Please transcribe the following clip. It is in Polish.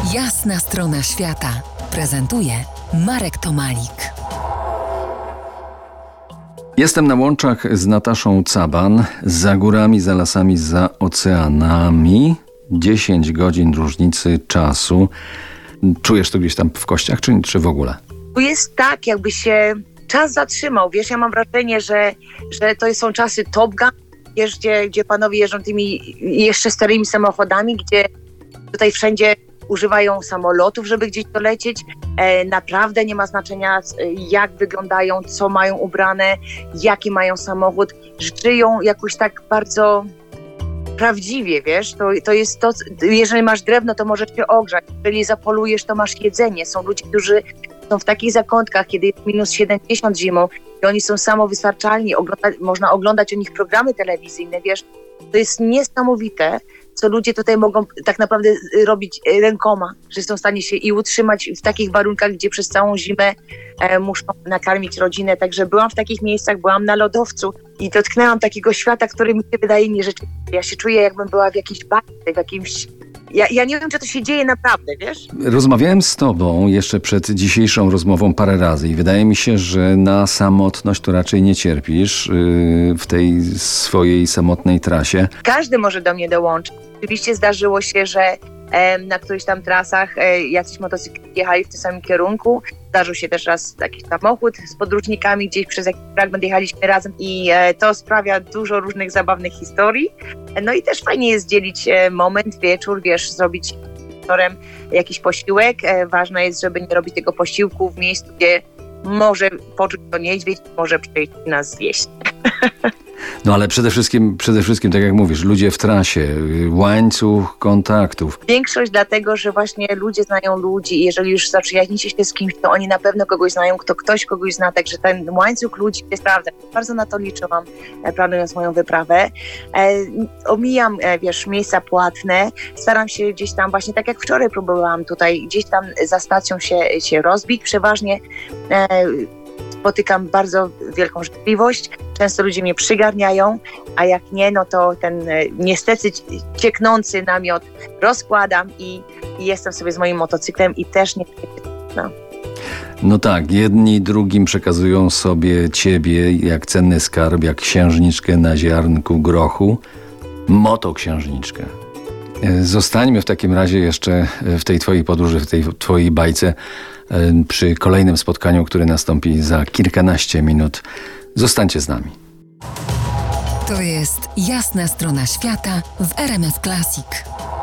Jasna strona świata prezentuje Marek Tomalik. Jestem na łączach z Nataszą Caban, za górami, za lasami, za oceanami. 10 godzin różnicy czasu. Czujesz to gdzieś tam w kościach, czy w ogóle? Tu jest tak, jakby się czas zatrzymał. Wiesz, ja mam wrażenie, że to są czasy Top Gun, wiesz, gdzie panowie jeżdżą tymi jeszcze starymi samochodami, gdzie tutaj wszędzie używają samolotów, żeby gdzieś dolecieć. Naprawdę nie ma znaczenia, jak wyglądają, co mają ubrane, jaki mają samochód. Żyją jakoś tak bardzo prawdziwie, wiesz. To jest to, jeżeli masz drewno, to możesz się ogrzać. Jeżeli zapolujesz, to masz jedzenie. Są ludzie, którzy są w takich zakątkach, kiedy jest minus 70 zimą i oni są samowystarczalni. Można oglądać o nich programy telewizyjne, wiesz. To jest niesamowite, co ludzie tutaj mogą tak naprawdę robić rękoma, że są w stanie się i utrzymać w takich warunkach, gdzie przez całą zimę muszą nakarmić rodzinę. Także byłam w takich miejscach, byłam na lodowcu i dotknęłam takiego świata, który mi się wydaje nierzeczywisty. Ja się czuję, jakbym była w jakiejś bajce, w jakimś... Ja nie wiem, czy to się dzieje naprawdę, wiesz? Rozmawiałem z tobą jeszcze przed dzisiejszą rozmową parę razy i wydaje mi się, że na samotność to raczej nie cierpisz w tej swojej samotnej trasie. Każdy może do mnie dołączyć. Oczywiście zdarzyło się, że na którychś tam trasach jacyś motocykliści jechali w tym samym kierunku. Zdarzył się też raz taki samochód z podróżnikami, gdzieś przez jakiś fragment jechaliśmy razem i to sprawia dużo różnych zabawnych historii. No i też fajnie jest dzielić moment, wieczór, wiesz, zrobić wieczorem jakiś posiłek. Ważne jest, żeby nie robić tego posiłku w miejscu, gdzie może poczuć to niedźwiedź, może przyjść i nas zjeść. No ale przede wszystkim, tak jak mówisz, ludzie w trasie, łańcuch kontaktów. Większość dlatego, że właśnie ludzie znają ludzi i jeżeli już zaprzyjaźnicie się z kimś, to oni na pewno kogoś znają, ktoś kogoś zna, także ten łańcuch ludzi jest prawda. Bardzo na to liczyłam, planując moją wyprawę. Omijam, wiesz, miejsca płatne, staram się gdzieś tam, właśnie tak jak wczoraj próbowałam tutaj, gdzieś tam za stacją się rozbić. Przeważnie spotykam bardzo wielką życzliwość. Często ludzie mnie przygarniają, a jak nie, no to ten niestety cieknący namiot rozkładam i jestem sobie z moim motocyklem i też nie... No tak, jedni drugim przekazują sobie ciebie jak cenny skarb, jak księżniczkę na ziarnku grochu, motoksiężniczkę. Zostańmy w takim razie jeszcze w tej twojej podróży, w tej twojej bajce przy kolejnym spotkaniu, które nastąpi za kilkanaście minut. Zostańcie z nami. To jest Jasna strona świata w RMF Classic.